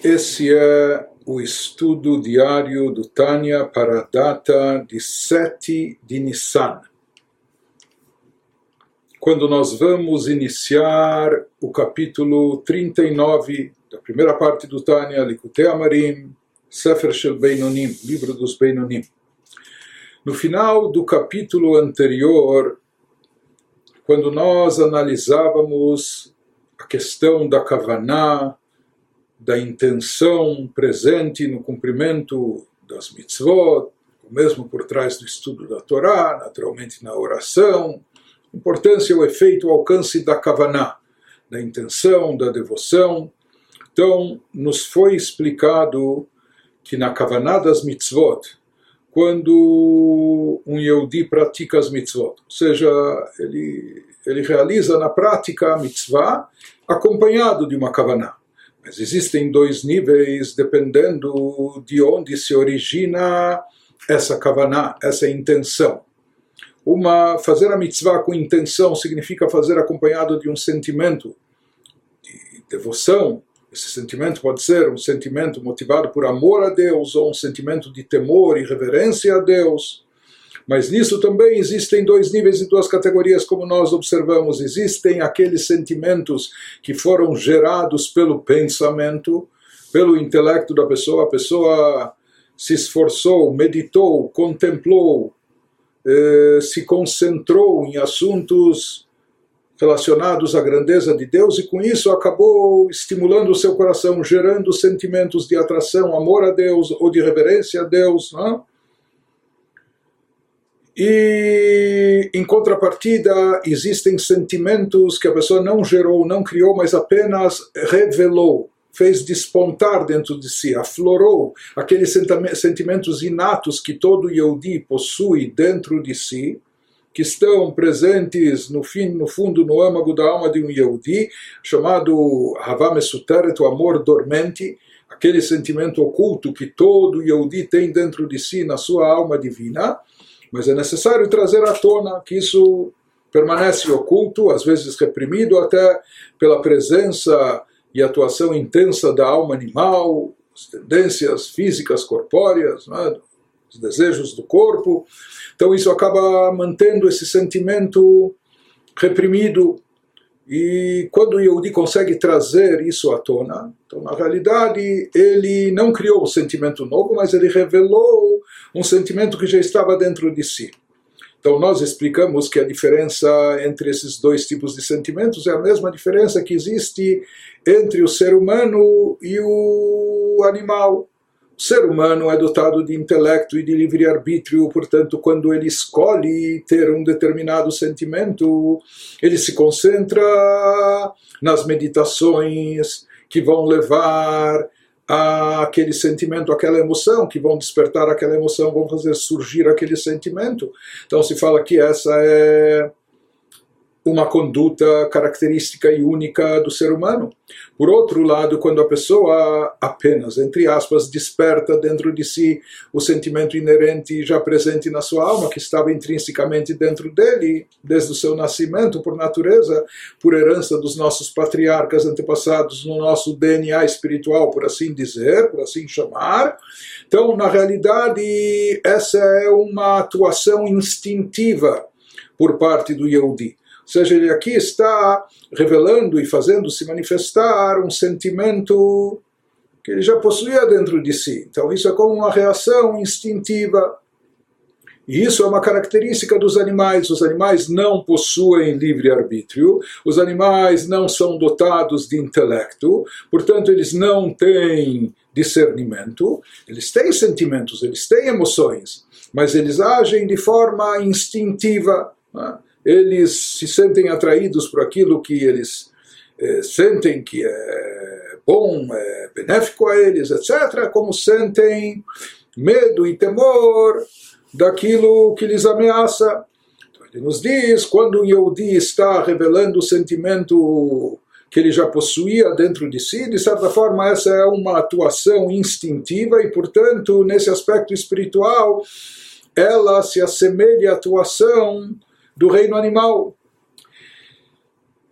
Esse é o estudo diário do Tânia para a data de 7 de Nissan, quando nós vamos iniciar o capítulo 39 da primeira parte do Tânia, Likutei Amarim, Sefer Shel Beinonim, livro dos Beinonim. No final do capítulo anterior, quando nós analisávamos a questão da Kavaná, da intenção presente no cumprimento das mitzvot, mesmo por trás do estudo da Torá, naturalmente na oração, a importância, o efeito, o alcance da Kavaná, da intenção, da devoção. Então, nos foi explicado que na Kavaná das mitzvot, quando um Yehudi pratica as mitzvot, ou seja, ele realiza na prática a mitzvah acompanhado de uma Kavaná. Mas existem dois níveis dependendo de onde se origina essa kavaná, essa intenção. Fazer a mitzvah com intenção significa fazer acompanhado de um sentimento de devoção. Esse sentimento pode ser um sentimento motivado por amor a Deus ou um sentimento de temor e reverência a Deus. Mas nisso também existem dois níveis e duas categorias, como nós observamos. Existem aqueles sentimentos que foram gerados pelo pensamento, pelo intelecto da pessoa. A pessoa se esforçou, meditou, contemplou, se concentrou em assuntos relacionados à grandeza de Deus e com isso acabou estimulando o seu coração, gerando sentimentos de atração, amor a Deus ou de reverência a Deus, não? E, em contrapartida, existem sentimentos que a pessoa não gerou, não criou, mas apenas revelou, fez despontar dentro de si, aflorou aqueles sentimentos inatos que todo Yehudi possui dentro de si, que estão presentes no fundo, no âmago da alma de um Yehudi, chamado Havá Mesuteret, o amor dormente, aquele sentimento oculto que todo Yehudi tem dentro de si, na sua alma divina. Mas é necessário trazer à tona que isso permanece oculto, às vezes reprimido até pela presença e atuação intensa da alma animal, as tendências físicas corpóreas, né, os desejos do corpo. Então isso acaba mantendo esse sentimento reprimido. E quando o Yehudi consegue trazer isso à tona, então na realidade ele não criou um sentimento novo, mas ele revelou um sentimento que já estava dentro de si. Então nós explicamos que a diferença entre esses dois tipos de sentimentos é a mesma diferença que existe entre o ser humano e o animal. O ser humano é dotado de intelecto e de livre-arbítrio, portanto, quando ele escolhe ter um determinado sentimento, ele se concentra nas meditações que vão levar àquele sentimento, àquela emoção, que vão despertar aquela emoção, vão fazer surgir aquele sentimento. Então se fala que essa é uma conduta característica e única do ser humano. Por outro lado, quando a pessoa apenas, entre aspas, desperta dentro de si o sentimento inerente já presente na sua alma, que estava intrinsecamente dentro dele, desde o seu nascimento, por natureza, por herança dos nossos patriarcas antepassados, no nosso DNA espiritual, por assim dizer, por assim chamar. Então, na realidade, essa é uma atuação instintiva por parte do Yehudi. Ou seja, ele aqui está revelando e fazendo se manifestar um sentimento que ele já possuía dentro de si. Então isso é como uma reação instintiva. E isso é uma característica dos animais. Os animais não possuem livre-arbítrio, os animais não são dotados de intelecto, portanto eles não têm discernimento, eles têm sentimentos, eles têm emoções, mas eles agem de forma instintiva, né? Eles se sentem atraídos por aquilo que eles sentem que é bom, é benéfico a eles, etc., como sentem medo e temor daquilo que lhes ameaça. Então, ele nos diz, quando o Yehudi está revelando o sentimento que ele já possuía dentro de si, de certa forma essa é uma atuação instintiva e, portanto, nesse aspecto espiritual, ela se assemelha à atuação do reino animal.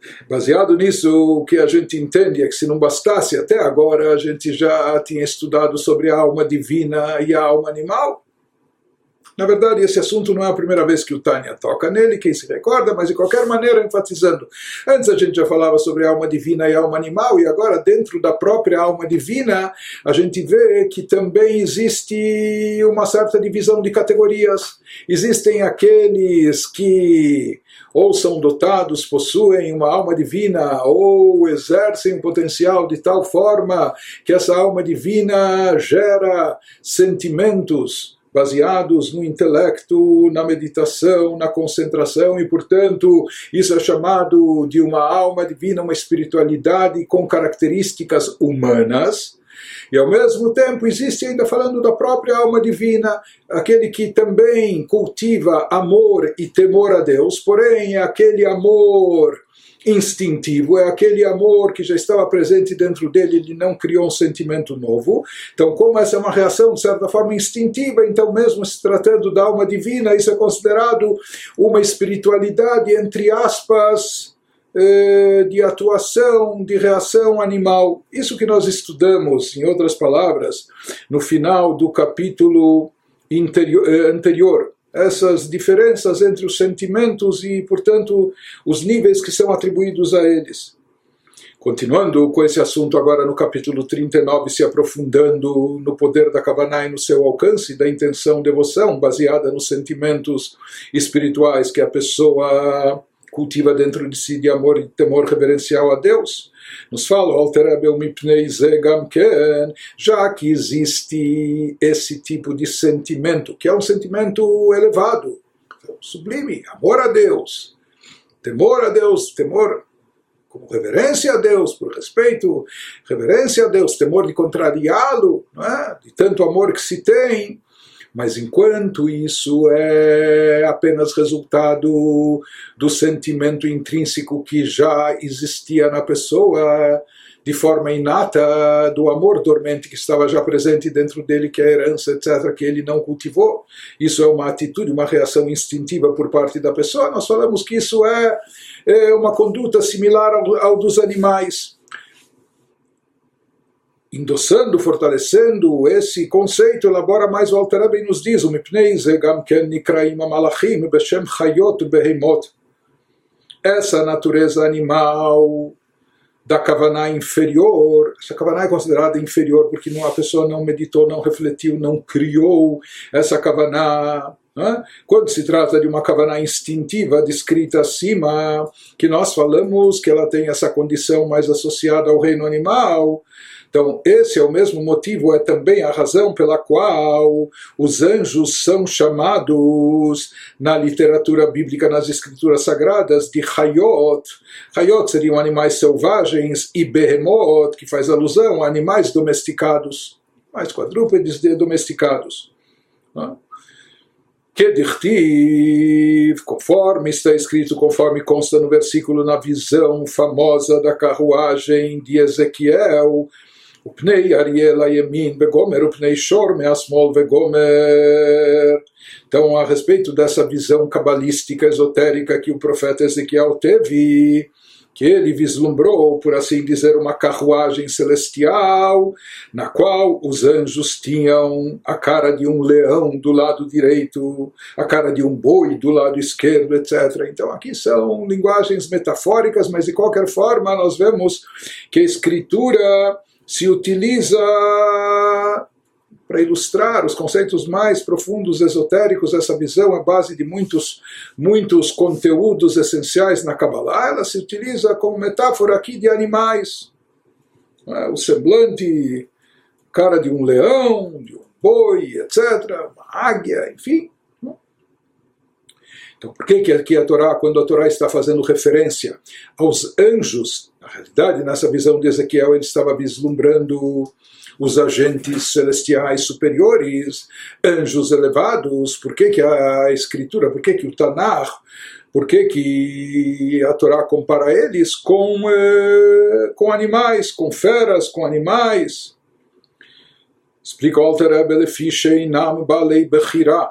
Baseado nisso, o que a gente entende é que se não bastasse até agora, a gente já tinha estudado sobre a alma divina e a alma animal. Na verdade, esse assunto não é a primeira vez que o Tânia toca nele, quem se recorda, mas de qualquer maneira enfatizando. Antes a gente já falava sobre a alma divina e a alma animal, e agora dentro da própria alma divina, a gente vê que também existe uma certa divisão de categorias. Existem aqueles que ou são dotados, possuem uma alma divina, ou exercem um potencial de tal forma que essa alma divina gera sentimentos baseados no intelecto, na meditação, na concentração, e, portanto, isso é chamado de uma alma divina, uma espiritualidade com características humanas. E, ao mesmo tempo, existe, ainda falando da própria alma divina, aquele que também cultiva amor e temor a Deus, porém, é aquele amor instintivo, é aquele amor que já estava presente dentro dele, ele não criou um sentimento novo. Então, como essa é uma reação, de certa forma, instintiva, então, mesmo se tratando da alma divina, isso é considerado uma espiritualidade, entre aspas, de atuação, de reação animal. Isso que nós estudamos, em outras palavras, no final do capítulo anterior. Essas diferenças entre os sentimentos e, portanto, os níveis que são atribuídos a eles. Continuando com esse assunto agora no capítulo 39, se aprofundando no poder da Kavaná e no seu alcance, da intenção, devoção, baseada nos sentimentos espirituais que a pessoa cultiva dentro de si de amor e temor reverencial a Deus. Nos fala o Alter Rebbe Mipnei Ze Gam Ken, já que existe esse tipo de sentimento, que é um sentimento elevado, sublime, amor a Deus, temor como reverência a Deus, por respeito, reverência a Deus, temor de contrariá-lo, não é? De tanto amor que se tem. Mas enquanto isso é apenas resultado do sentimento intrínseco que já existia na pessoa, de forma inata, do amor dormente que estava já presente dentro dele, que é a herança, etc., que ele não cultivou, isso é uma atitude, uma reação instintiva por parte da pessoa. Nós falamos que isso é uma conduta similar ao dos animais. Endossando, fortalecendo esse conceito, elabora mais o Alter Rebbe e nos diz: essa natureza animal da Kavaná inferior, essa Kavaná é considerada inferior porque a pessoa não meditou, não refletiu, não criou essa Kavaná. Quando se trata de uma Kavaná instintiva descrita acima, que nós falamos que ela tem essa condição mais associada ao reino animal. Então, esse é o mesmo motivo, é também a razão pela qual os anjos são chamados na literatura bíblica, nas escrituras sagradas, de Hayot. Hayot seriam animais selvagens, e Behemot, que faz alusão a animais domesticados, mais quadrúpedes domesticados. Que dirtiv, conforme está escrito, conforme consta no versículo, na visão famosa da carruagem de Ezequiel, o pnei Ariel Ayemin Begomer, o pnei Shor Measmol Begomer. Então, a respeito dessa visão cabalística, esotérica que o profeta Ezequiel teve, que ele vislumbrou, por assim dizer, uma carruagem celestial, na qual os anjos tinham a cara de um leão do lado direito, a cara de um boi do lado esquerdo, etc. Então aqui são linguagens metafóricas, mas de qualquer forma nós vemos que a escritura se utiliza para ilustrar os conceitos mais profundos, esotéricos, essa visão, a base de muitos conteúdos essenciais na Kabbalah. Ela se utiliza como metáfora aqui de animais. O semblante, cara de um leão, de um boi, etc., uma águia, enfim. Então, por que aqui a Torá, quando a Torá está fazendo referência aos anjos, na realidade, nessa visão de Ezequiel, ele estava vislumbrando os agentes celestiais superiores, anjos elevados? Por que a Escritura, por que o Tanakh, por que a Torá compara eles com animais, com feras, com animais? Explica o Alter Rebbe,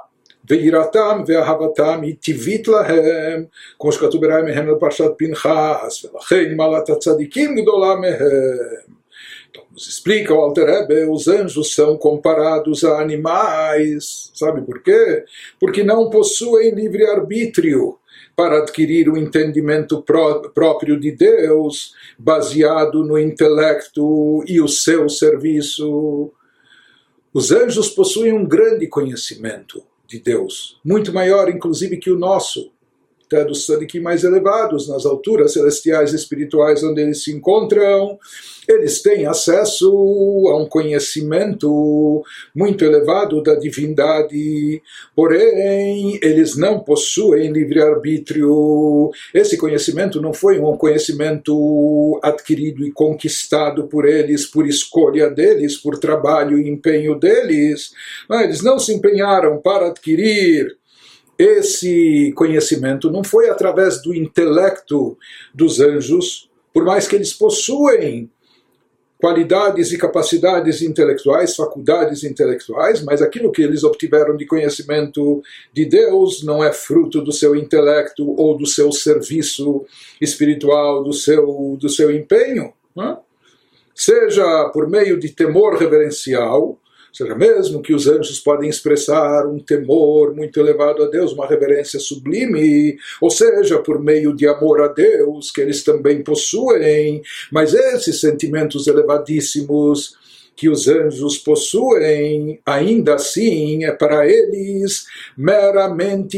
ve'iratam ve'ahavatam itivit lahem, como שכתוב בראי מהם לפרשת פנחס, ולכן מעלת הצדיקים גדולה מהם. Então, nos explica o Alter Rebbe, os anjos são comparados a animais. Sabe por quê? Porque não possuem livre-arbítrio para adquirir o entendimento próprio de Deus, baseado no intelecto e o seu serviço. Os anjos possuem um grande conhecimento de Deus, muito maior inclusive que o nosso, até dos tzadikim mais elevados, nas alturas celestiais e espirituais onde eles se encontram. Eles têm acesso a um conhecimento muito elevado da divindade, porém eles não possuem livre-arbítrio. Esse conhecimento não foi um conhecimento adquirido e conquistado por eles, por escolha deles, por trabalho e empenho deles. Eles não se empenharam para adquirir esse conhecimento, não foi através do intelecto dos anjos, por mais que eles possuem qualidades e capacidades intelectuais, faculdades intelectuais, mas aquilo que eles obtiveram de conhecimento de Deus não é fruto do seu intelecto ou do seu serviço espiritual, do seu empenho, né? Seja por meio de temor reverencial, seja mesmo que os anjos podem expressar um temor muito elevado a Deus, uma reverência sublime, ou seja, por meio de amor a Deus, que eles também possuem, mas esses sentimentos elevadíssimos que os anjos possuem, ainda assim é para eles meramente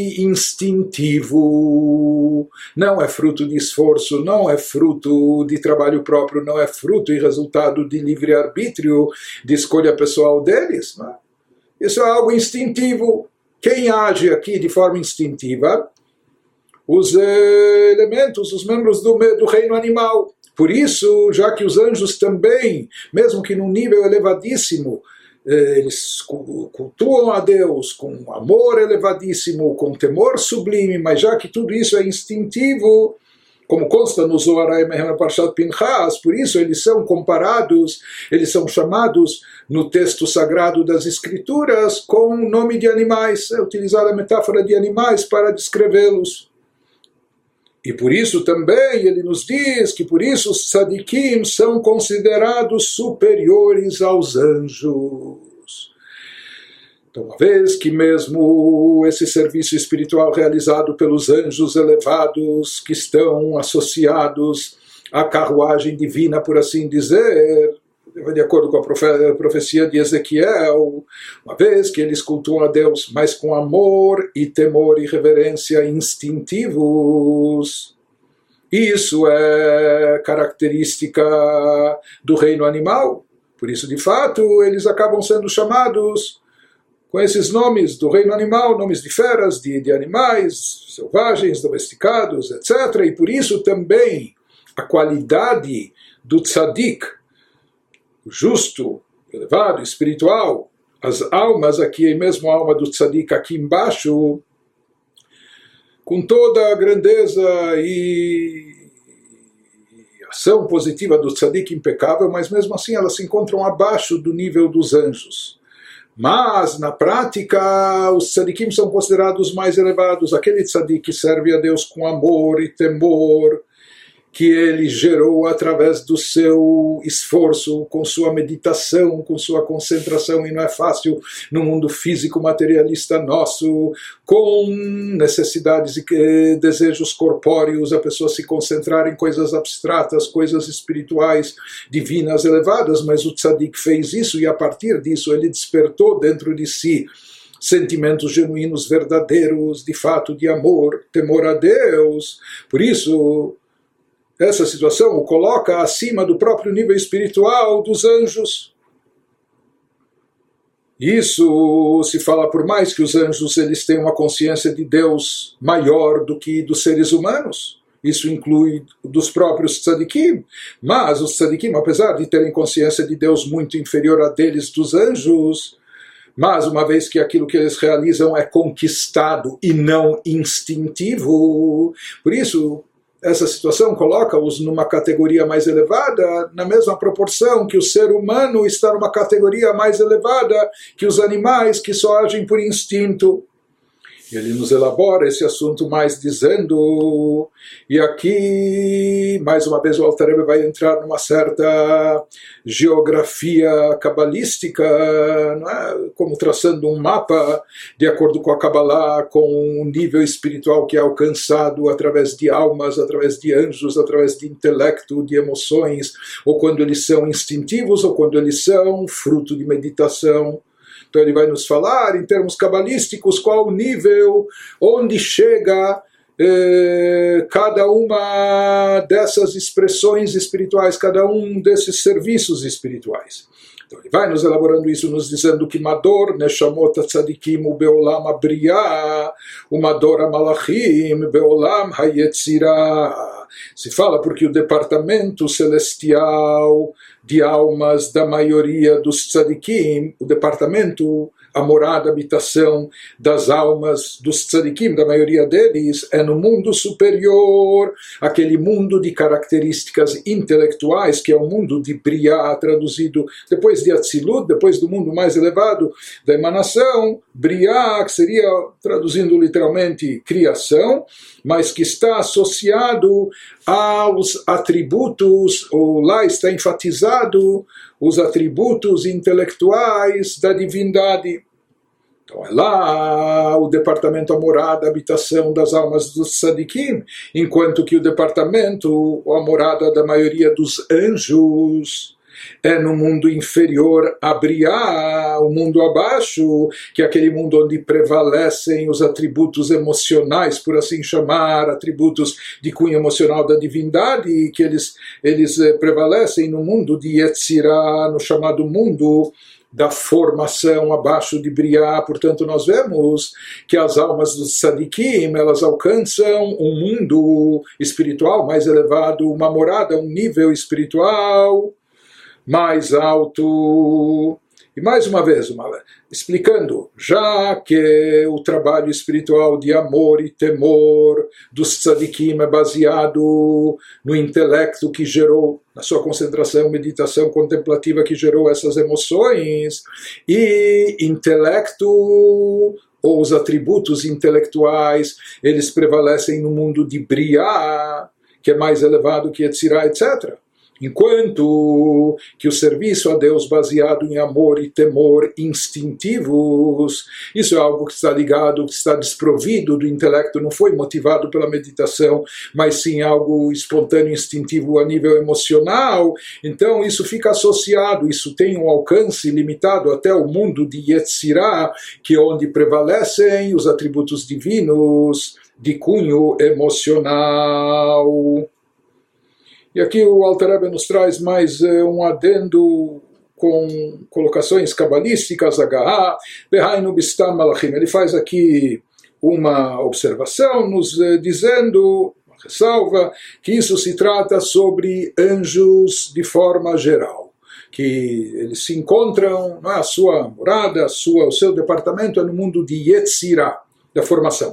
instintivo. Não é fruto de esforço, não é fruto de trabalho próprio, não é fruto e resultado de livre-arbítrio, de escolha pessoal deles. Não é? Isso é algo instintivo. Quem age aqui de forma instintiva? Os elementos, os membros do reino animal. Por isso, já que os anjos também, mesmo que num nível elevadíssimo, eles cultuam a Deus com amor elevadíssimo, com temor sublime, mas já que tudo isso é instintivo, como consta no Zohar Mehem Parshat Pinchas, por isso eles são comparados, eles são chamados no texto sagrado das Escrituras com o nome de animais, é utilizada a metáfora de animais para descrevê-los. E por isso também ele nos diz que por isso os tzadikim são considerados superiores aos anjos. Então, uma vez que mesmo esse serviço espiritual realizado pelos anjos elevados, que estão associados à carruagem divina, por assim dizer, de acordo com a profecia de Ezequiel, uma vez que eles cultuam a Deus, mas com amor e temor e reverência instintivos, isso é característica do reino animal. Por isso, de fato, eles acabam sendo chamados com esses nomes do reino animal, nomes de feras, de animais selvagens, domesticados, etc. E por isso também a qualidade do tzadik, o justo, elevado, espiritual, as almas aqui, mesmo a alma do tzadik aqui embaixo, com toda a grandeza e ação positiva do tzadik impecável, mas mesmo assim elas se encontram abaixo do nível dos anjos. Mas, na prática, os tzadikim são considerados mais elevados. Aquele tzadik que serve a Deus com amor e temor, que ele gerou através do seu esforço, com sua meditação, com sua concentração, e não é fácil no mundo físico materialista nosso, com necessidades e desejos corpóreos, a pessoa se concentrar em coisas abstratas, coisas espirituais, divinas, elevadas, mas o tzadik fez isso, e a partir disso ele despertou dentro de si sentimentos genuínos, verdadeiros, de fato, de amor, temor a Deus. Por isso, essa situação o coloca acima do próprio nível espiritual dos anjos. Isso se fala por mais que os anjos eles têm uma consciência de Deus maior do que dos seres humanos. Isso inclui dos próprios tzadikim. Mas os tzadikim, apesar de terem consciência de Deus muito inferior a deles dos anjos, mas uma vez que aquilo que eles realizam é conquistado e não instintivo, por isso essa situação coloca-os numa categoria mais elevada, na mesma proporção que o ser humano está numa categoria mais elevada que os animais que só agem por instinto. Ele nos elabora esse assunto mais dizendo, e aqui, mais uma vez, o Alter Rebbe vai entrar numa certa geografia cabalística, não é? Como traçando um mapa de acordo com a Kabbalah, com um nível espiritual que é alcançado através de almas, através de anjos, através de intelecto, de emoções, ou quando eles são instintivos, ou quando eles são fruto de meditação. Então ele vai nos falar, em termos cabalísticos, qual o nível, onde chega cada uma dessas expressões espirituais, cada um desses serviços espirituais. Então ele vai nos elaborando isso, nos dizendo que Mador, Neshamot Tzadikim, Beolam Abriah, o Mador Amalachim, Beolam Hayetzirah. Se fala porque o departamento celestial de almas da maioria dos tzadikim, o departamento, a morada, a habitação das almas dos tzadikim, da maioria deles, é no mundo superior, aquele mundo de características intelectuais, que é o mundo de Briah, traduzido depois de Atzilut, depois do mundo mais elevado da emanação, Briah, que seria, traduzindo literalmente, criação, mas que está associado aos atributos, ou lá está enfatizado os atributos intelectuais da divindade. Então é lá o departamento, a morada, a habitação das almas dos tzadikim, enquanto que o departamento, a morada da maioria dos anjos, é no mundo inferior a Briah, o mundo abaixo, que é aquele mundo onde prevalecem os atributos emocionais, por assim chamar, atributos de cunho emocional da divindade, que eles prevalecem no mundo de Yetzirah, no chamado mundo da formação abaixo de Briah. Portanto, nós vemos que as almas dos tzadikim, elas alcançam um mundo espiritual mais elevado, uma morada, um nível espiritual mais alto. E mais uma vez, explicando, já que o trabalho espiritual de amor e temor dos tzadikim é baseado no intelecto que gerou, na sua concentração, meditação contemplativa que gerou essas emoções, e intelecto, ou os atributos intelectuais, eles prevalecem no mundo de Briah, que é mais elevado que Yetzirah, etc. Enquanto que o serviço a Deus baseado em amor e temor instintivos, isso é algo que está ligado, que está desprovido do intelecto, não foi motivado pela meditação, mas sim algo espontâneo, instintivo a nível emocional. Então isso fica associado, isso tem um alcance limitado até o mundo de Yetzirah, que é onde prevalecem os atributos divinos de cunho emocional. E aqui o Alter Rebbe nos traz mais um adendo com colocações cabalísticas, Behainu Bistam Malachim. Ele faz aqui uma observação, nos dizendo, uma ressalva, que isso se trata sobre anjos de forma geral, que eles se encontram, a sua morada, o seu departamento é no mundo de Yetzirah, da formação.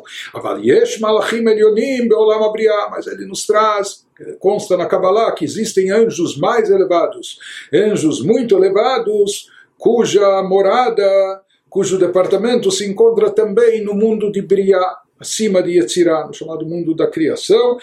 Mas ele nos traz, consta na Kabbalah, que existem anjos mais elevados, anjos muito elevados, cuja morada, cujo departamento se encontra também no mundo de Briah, acima de Yetzirah, no chamado mundo da criação,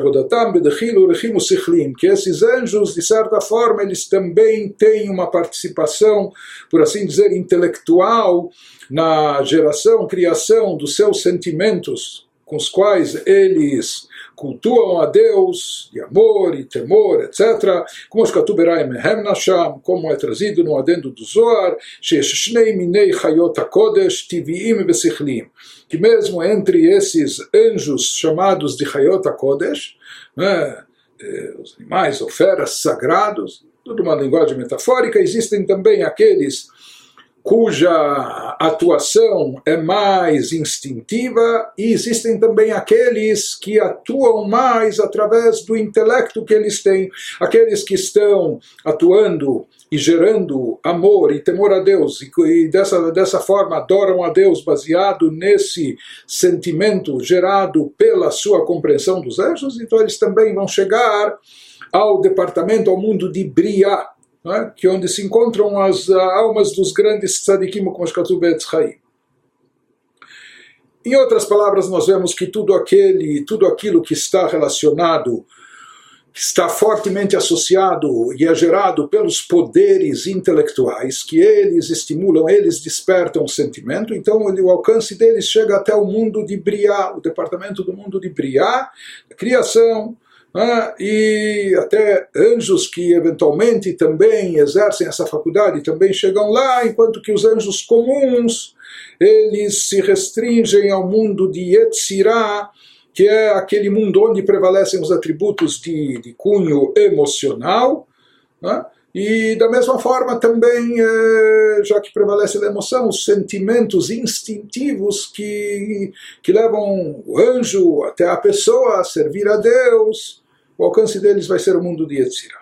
que esses anjos, de certa forma, eles também têm uma participação, por assim dizer, intelectual, na geração, criação dos seus sentimentos, com os quais eles cultuam a Deus, de amor e temor, etc. Como é trazido no adendo do Zohar, que mesmo entre esses anjos chamados de Hayot HaKodesh, os animais ou feras sagrados, tudo uma linguagem metafórica, existem também aqueles cuja atuação é mais instintiva, e existem também aqueles que atuam mais através do intelecto que eles têm, aqueles que estão atuando e gerando amor e temor a Deus, e dessa forma adoram a Deus baseado nesse sentimento gerado pela sua compreensão dos anjos. Então eles também vão chegar ao departamento, ao mundo de Briah, que é onde se encontram as almas dos grandes tzadikim, como Shkatu Be'etz Chaim. Em outras palavras, nós vemos que tudo aquilo que está relacionado, que está fortemente associado e é gerado pelos poderes intelectuais, que eles estimulam, eles despertam o sentimento, então o alcance deles chega até o mundo de Briá, o departamento do mundo de Briá, a criação, e até anjos que eventualmente também exercem essa faculdade também chegam lá, enquanto que os anjos comuns eles se restringem ao mundo de Yetzirah, que é aquele mundo onde prevalecem os atributos de cunho emocional, né? E da mesma forma também, já que prevalece a emoção, os sentimentos instintivos que levam o anjo até a pessoa a servir a Deus, o alcance deles vai ser o mundo de Yetzirah.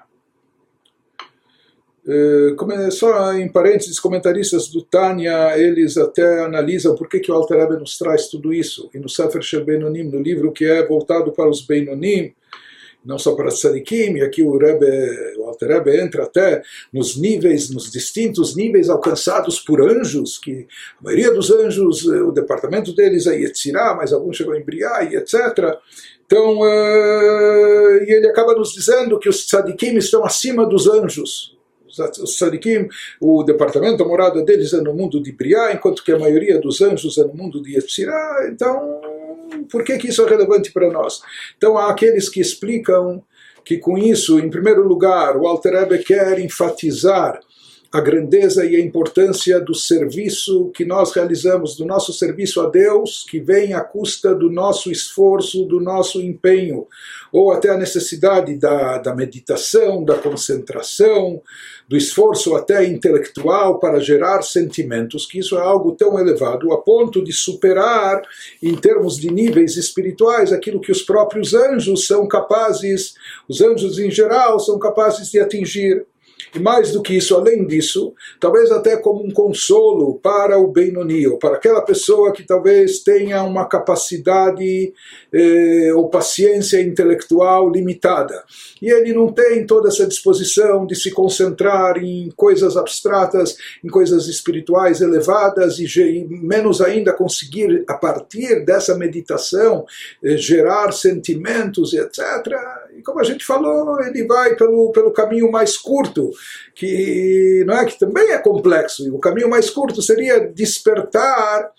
Só em parênteses, comentaristas do Tânia, eles até analisam por que o Alter Rebbe nos traz tudo isso. E no Sefer Shel Beinonim, no livro que é voltado para os Beinonim, não só para Tzadikim, e aqui o Alter Rebbe entra até nos níveis, nos distintos níveis alcançados por anjos, que a maioria dos anjos, o departamento deles é Yetzirah, mas alguns chegam em Briá, e etc. Então, e ele acaba nos dizendo que os Tzadikim estão acima dos anjos. Os tzadikim, o departamento, a morada deles é no mundo de Briá, enquanto que a maioria dos anjos é no mundo de Yetzirah. Então, por que isso é relevante para nós? Então, há aqueles que explicam que com isso, em primeiro lugar, o Alter Rebbe quer enfatizar a grandeza e a importância do serviço que nós realizamos, do nosso serviço a Deus, que vem à custa do nosso esforço, do nosso empenho, ou até a necessidade da meditação, da concentração, do esforço até intelectual para gerar sentimentos, que isso é algo tão elevado, a ponto de superar, em termos de níveis espirituais, aquilo que os próprios anjos são capazes, os anjos em geral, são capazes de atingir. E mais do que isso, além disso, talvez até como um consolo para o Benoni, ou para aquela pessoa que talvez tenha uma capacidade ou paciência intelectual limitada. E ele não tem toda essa disposição de se concentrar em coisas abstratas, em coisas espirituais elevadas, e menos ainda conseguir, a partir dessa meditação, gerar sentimentos, etc. E como a gente falou, ele vai pelo caminho mais curto, que não é que também é complexo, e o caminho mais curto seria despertar,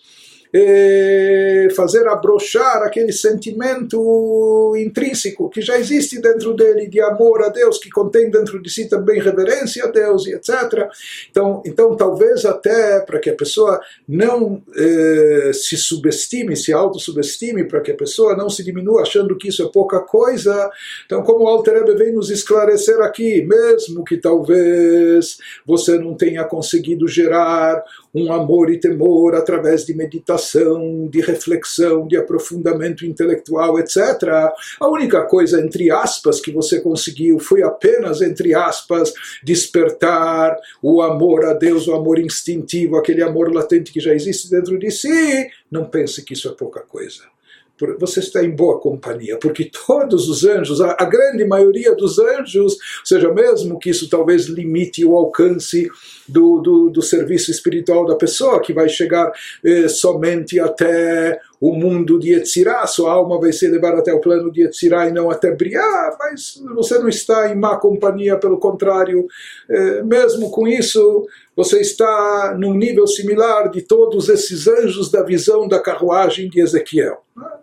fazer abrochar aquele sentimento intrínseco que já existe dentro dele, de amor a Deus, que contém dentro de si também reverência a Deus, e etc. Então talvez até para que a pessoa não se subestime, se autossubestime, para que a pessoa não se diminua achando que isso é pouca coisa. Então, como o Alter Rebbe vem nos esclarecer aqui, mesmo que talvez você não tenha conseguido gerar um amor e temor através de meditação, de reflexão, de aprofundamento intelectual, etc. A única coisa, entre aspas, que você conseguiu foi apenas, entre aspas, despertar o amor a Deus, o amor instintivo, aquele amor latente que já existe dentro de si. Não pense que isso é pouca coisa. Você está em boa companhia, porque todos os anjos, a grande maioria dos anjos, ou seja, mesmo que isso talvez limite o alcance do serviço espiritual da pessoa, que vai chegar somente até o mundo de Yetzirah, sua alma vai se elevar até o plano de Yetzirah e não até Briá, mas você não está em má companhia, pelo contrário, mesmo com isso, você está num nível similar de todos esses anjos da visão da carruagem de Ezequiel.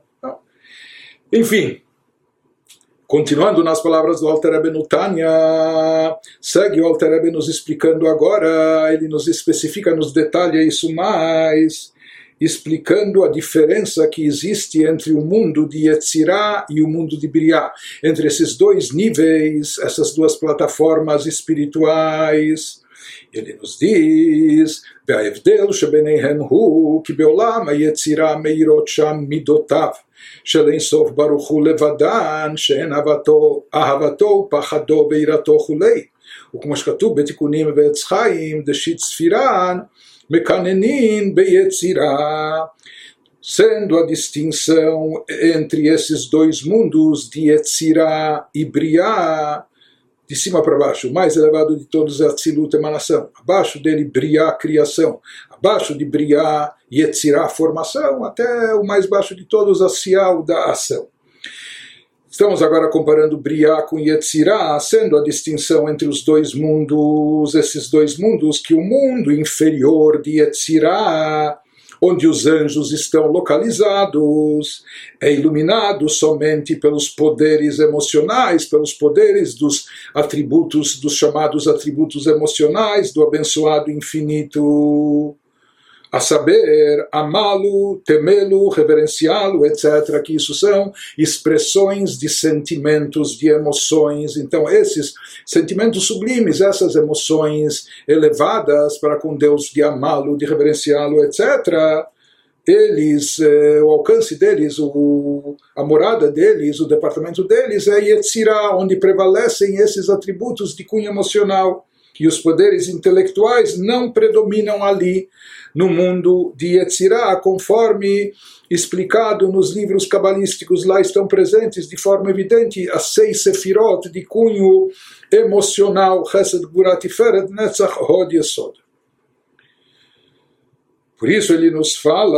Enfim, continuando nas palavras do Alter Rebbe no Tânia, segue o Alter Rebbe nos explicando agora, ele nos especifica, nos detalha isso mais, explicando a diferença que existe entre o mundo de Yetzirah e o mundo de Briá, entre esses dois níveis, essas duas plataformas espirituais. Ele nos diz, וההבדל שביניהם הוא כי בעולם היצירה מאירות שם מידותיו של אין סוף ברוך הוא לבדן שאין אהבתו פחדו ויראתו כולי וכמו שכתוב בתיקונים ועץ חיים דשית ספירן מקננין ביצירה. Sendo a distinção entre esses dois mundos de Yetzirah e Briá, de cima para baixo, o mais elevado de todos é Atzilut, emanação. Abaixo dele, Briá, criação. Abaixo de Briá, Yetzirah, a formação, até o mais baixo de todos, a Sial, da ação. Estamos agora comparando Briá com Yetzirah, sendo a distinção entre os dois mundos, esses dois mundos, que o mundo inferior de Yetzirah, onde os anjos estão localizados, é iluminado somente pelos poderes emocionais, pelos poderes dos atributos, dos chamados atributos emocionais do abençoado infinito, a saber, amá-lo, temê-lo, reverenciá-lo, etc., que isso são expressões de sentimentos, de emoções. Então, esses sentimentos sublimes, essas emoções elevadas para com Deus, de amá-lo, de reverenciá-lo, etc., eles, o alcance deles, a morada deles, o departamento deles é Yetzirah, onde prevalecem esses atributos de cunho emocional. E os poderes intelectuais não predominam ali, no mundo de Yetzirah, conforme explicado nos livros cabalísticos. Lá estão presentes de forma evidente as 6 sefirot de cunho emocional, Chesed, Gvura, Tiferet, Netzach, Hod, Yesod. Por isso ele nos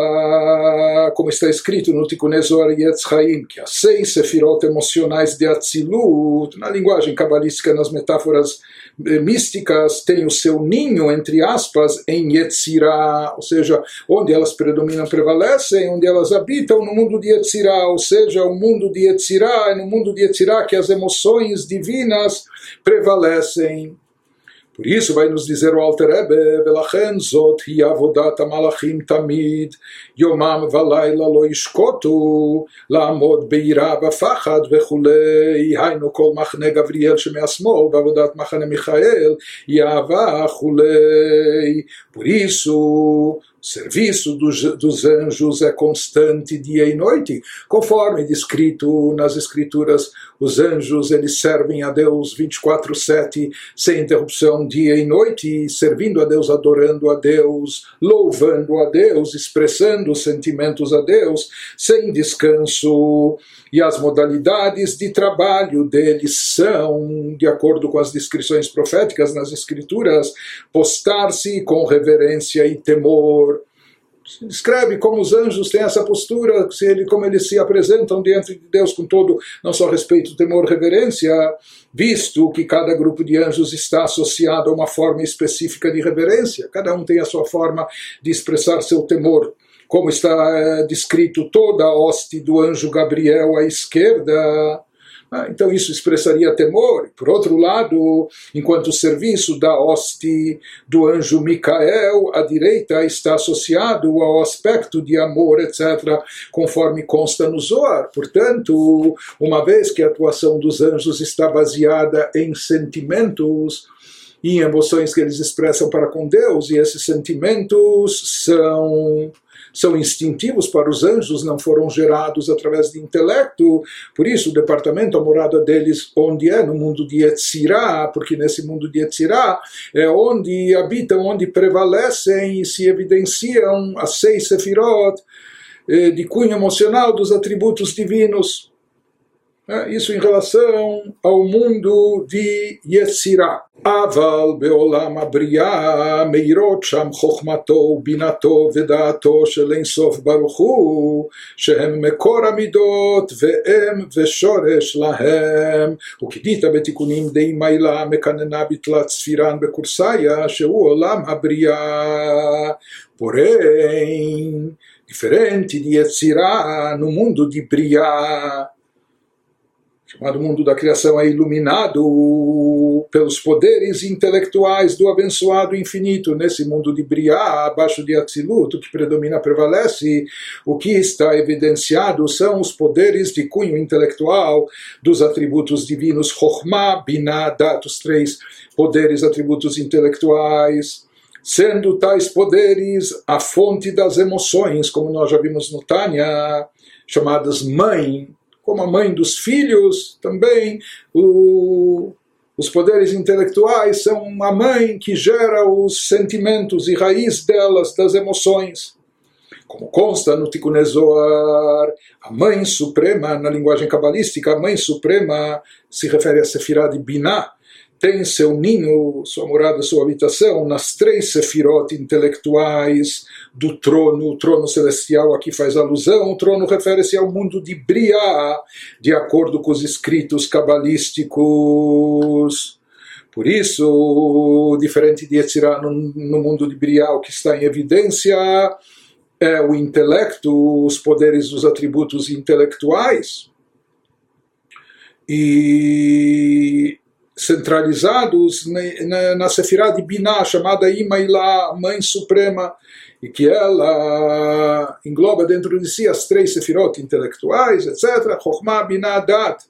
fala, como está escrito no Tikkunei Zohar Yetz Chaim, que as 6 sefirot emocionais de Atzilut, na linguagem cabalística, nas metáforas místicas, tem o seu ninho, entre aspas, em Yetzirah, ou seja, onde elas predominam, prevalecem, onde elas habitam no mundo de Yetzirah, ou seja, o mundo de Yetzirah, é no mundo de Yetzirah que as emoções divinas prevalecem. Por isso vai nos dizer o Alter Rebbe, Velachen zot hi avodat hamalachim tamid, yomam valayla lo yishkotu, la'amod beira v'fachad v'chulei, hainu kol machne Gavriel shemeasmol, v'avodat machane Michael, yava chulei. Por isso, o serviço dos anjos é constante dia e noite, conforme descrito nas Escrituras. Os anjos, eles servem a Deus 24/7, sem interrupção, dia e noite, servindo a Deus, adorando a Deus, louvando a Deus, expressando sentimentos a Deus, sem descanso. E as modalidades de trabalho deles são, de acordo com as descrições proféticas nas Escrituras, postar-se com reverência e temor. Descreve como os anjos têm essa postura, como eles se apresentam diante de Deus com todo, não só respeito, temor, reverência, visto que cada grupo de anjos está associado a uma forma específica de reverência. Cada um tem a sua forma de expressar seu temor. Como está descrito toda a hoste do anjo Gabriel à esquerda, então isso expressaria temor. Por outro lado, enquanto o serviço da hoste do anjo Micael à direita está associado ao aspecto de amor, etc., conforme consta no Zohar. Portanto, uma vez que a atuação dos anjos está baseada em sentimentos e em emoções que eles expressam para com Deus, e esses sentimentos são instintivos para os anjos, não foram gerados através de intelecto. Por isso o departamento, a morada deles, onde é? No mundo de Yetzirah, porque nesse mundo de Yetzirah é onde habitam, onde prevalecem e se evidenciam as 6 sefirot de cunho emocional dos atributos divinos. Isso em relação ao mundo de Yetzirah. Aval beolam abriya meirot sham chokhmato binato vedaato shel Ein Sof Baruch Hu shehem mekor hamidot ve'em ve'shoresh lahem ukidita betikunim dei maila mekanena bitlat sfiran bekursaya shehu olam abriya. Porém, diferente de Yetzirah, no mundo de Briá, chamado mundo da criação, é iluminado pelos poderes intelectuais do abençoado infinito. Nesse mundo de Briá, abaixo de Atzilut, o que predomina, prevalece, o que está evidenciado são os poderes de cunho intelectual dos atributos divinos, Chokhmah, Binah, Dat, os 3 poderes, atributos intelectuais, sendo tais poderes a fonte das emoções, como nós já vimos no Tânia, chamadas mãe, como a mãe dos filhos. Também os poderes intelectuais são a mãe que gera os sentimentos e raiz delas, das emoções. Como consta no Tikkunei Zohar, a mãe suprema, na linguagem cabalística, a mãe suprema se refere a Sefirah de Binah, tem seu ninho, sua morada, sua habitação, nas 3 sefirot intelectuais do trono. O trono celestial aqui faz alusão, o trono refere-se ao mundo de Briá, de acordo com os escritos cabalísticos. Por isso, diferente de Yetzirah, no mundo de Briá, o que está em evidência é o intelecto, os poderes dos atributos intelectuais, e centralizados na Sefirá de Binah, chamada Imailá, Mãe Suprema, e que ela engloba dentro de si as 3 Sefirot intelectuais, etc., Chokhmah, Binah, Dat.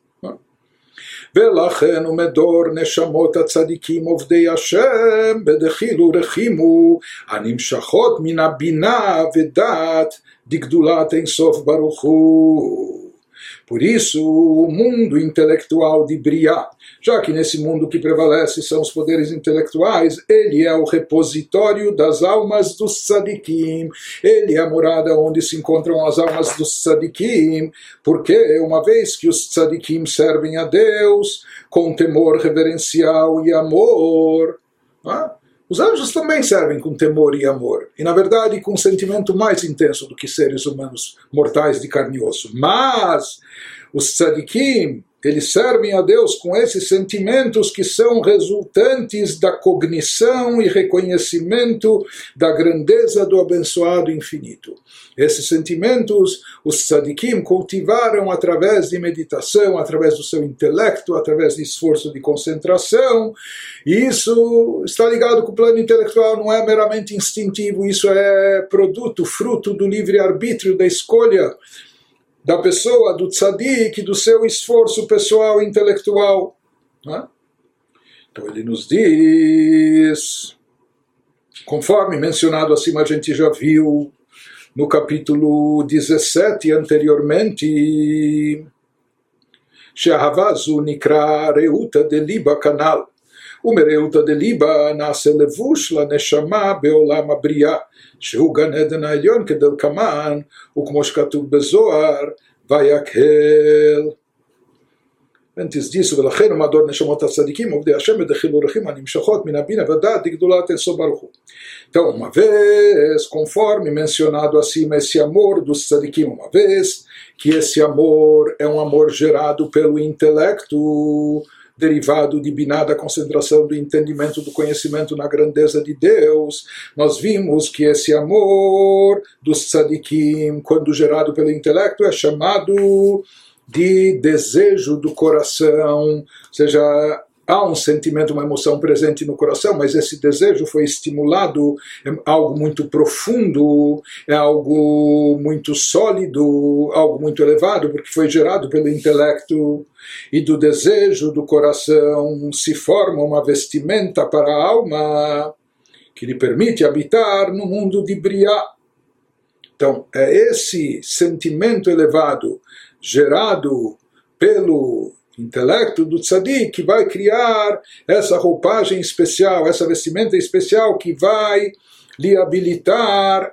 ולכן ומדור נשמות הצדיקים עובדי השם בדחילו ורחימו הנמשכות מן הבינה ודעת דגדולת אין סוף ברוך הוא. Por isso, o mundo intelectual de Briá, já que nesse mundo que prevalece são os poderes intelectuais, ele é o repositório das almas dos tzadikim, ele é a morada onde se encontram as almas dos tzadikim, porque uma vez que os tzadikim servem a Deus com temor reverencial e amor, os anjos também servem com temor e amor, e na verdade com um sentimento mais intenso do que seres humanos mortais de carne e osso. Mas os tzadikim, eles servem a Deus com esses sentimentos que são resultantes da cognição e reconhecimento da grandeza do abençoado infinito. Esses sentimentos os tzadikim cultivaram através de meditação, através do seu intelecto, através de esforço de concentração, e isso está ligado com o plano intelectual, não é meramente instintivo, isso é produto, fruto do livre-arbítrio, da escolha da pessoa, do tzadik, do seu esforço pessoal e intelectual. Então ele nos diz, conforme mencionado acima, a gente já viu no capítulo 17 anteriormente, שאהבה זו נקרא רעותה דליבה כנ"ל, ומרעותה דליבה נעשה לבוש לנשמה בעולם הבריאה, שהוא גן עדן העליון כדלקמן, וכמו שכתוב בזוהר, ויקהל. Antes disso, ולכן ומדור נשמות הצדיקים, עובדי השם בדחילו ורחימו הנמשכות מן הבינה ודעת דגדולת אין סוף ברוך הוא. Então, uma vez, conforme mencionado acima, esse amor dos tzadikim, uma vez que esse amor é um amor gerado pelo intelecto, derivado de Biná, da concentração do entendimento, do conhecimento na grandeza de Deus, nós vimos que esse amor dos tzadikim, quando gerado pelo intelecto, é chamado de desejo do coração, ou seja, há um sentimento, uma emoção presente no coração, mas esse desejo foi estimulado, é algo muito profundo, é algo muito sólido, algo muito elevado, porque foi gerado pelo intelecto, e do desejo do coração se forma uma vestimenta para a alma que lhe permite habitar no mundo de Briá. Então, é esse sentimento elevado, gerado pelo intelecto do tzadik, que vai criar essa roupagem especial, essa vestimenta especial que vai lhe habilitar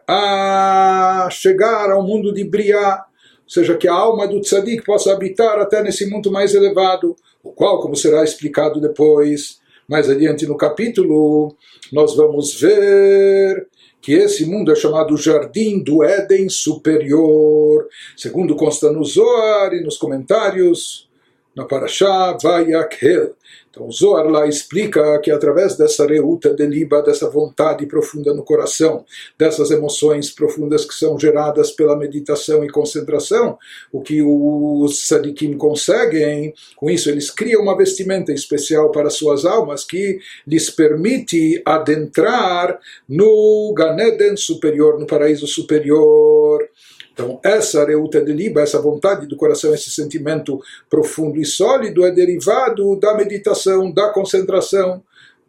a chegar ao mundo de Briá, ou seja, que a alma do tzadik possa habitar até nesse mundo mais elevado, o qual, como será explicado depois, mais adiante no capítulo, nós vamos ver que esse mundo é chamado Jardim do Éden Superior, segundo consta no Zohar e nos comentários, na Parashá Vayakhel. Então o Zohar lá explica que através dessa reuta de liba, dessa vontade profunda no coração, dessas emoções profundas que são geradas pela meditação e concentração, o que os tzadikim conseguem, com isso eles criam uma vestimenta especial para suas almas que lhes permite adentrar no Gan Eden superior, no paraíso superior. Então, essa reuta de liba, essa vontade do coração, esse sentimento profundo e sólido é derivado da meditação, da concentração,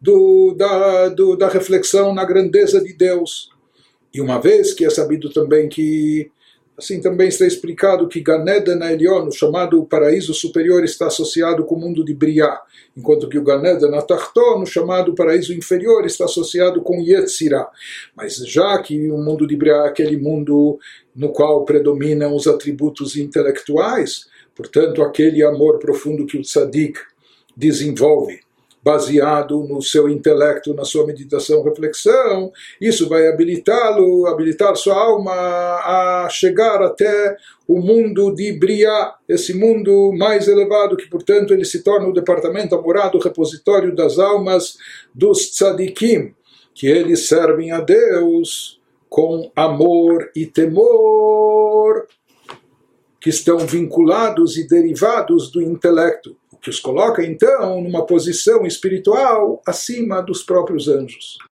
da reflexão na grandeza de Deus. E uma vez que é sabido também que, assim também está explicado que Gan Eden Elyon, o chamado paraíso superior, está associado com o mundo de Briá, enquanto que o Gan Eden Atachton, o chamado paraíso inferior, está associado com Yetzirah. Mas já que o mundo de Briá é aquele mundo no qual predominam os atributos intelectuais, portanto, aquele amor profundo que o tzadik desenvolve, baseado no seu intelecto, na sua meditação, reflexão, isso vai habilitar sua alma a chegar até o mundo de Briá, esse mundo mais elevado, que portanto ele se torna o departamento, a morada, o repositório das almas dos tzadikim, que eles servem a Deus com amor e temor, que estão vinculados e derivados do intelecto, o que os coloca então numa posição espiritual acima dos próprios anjos.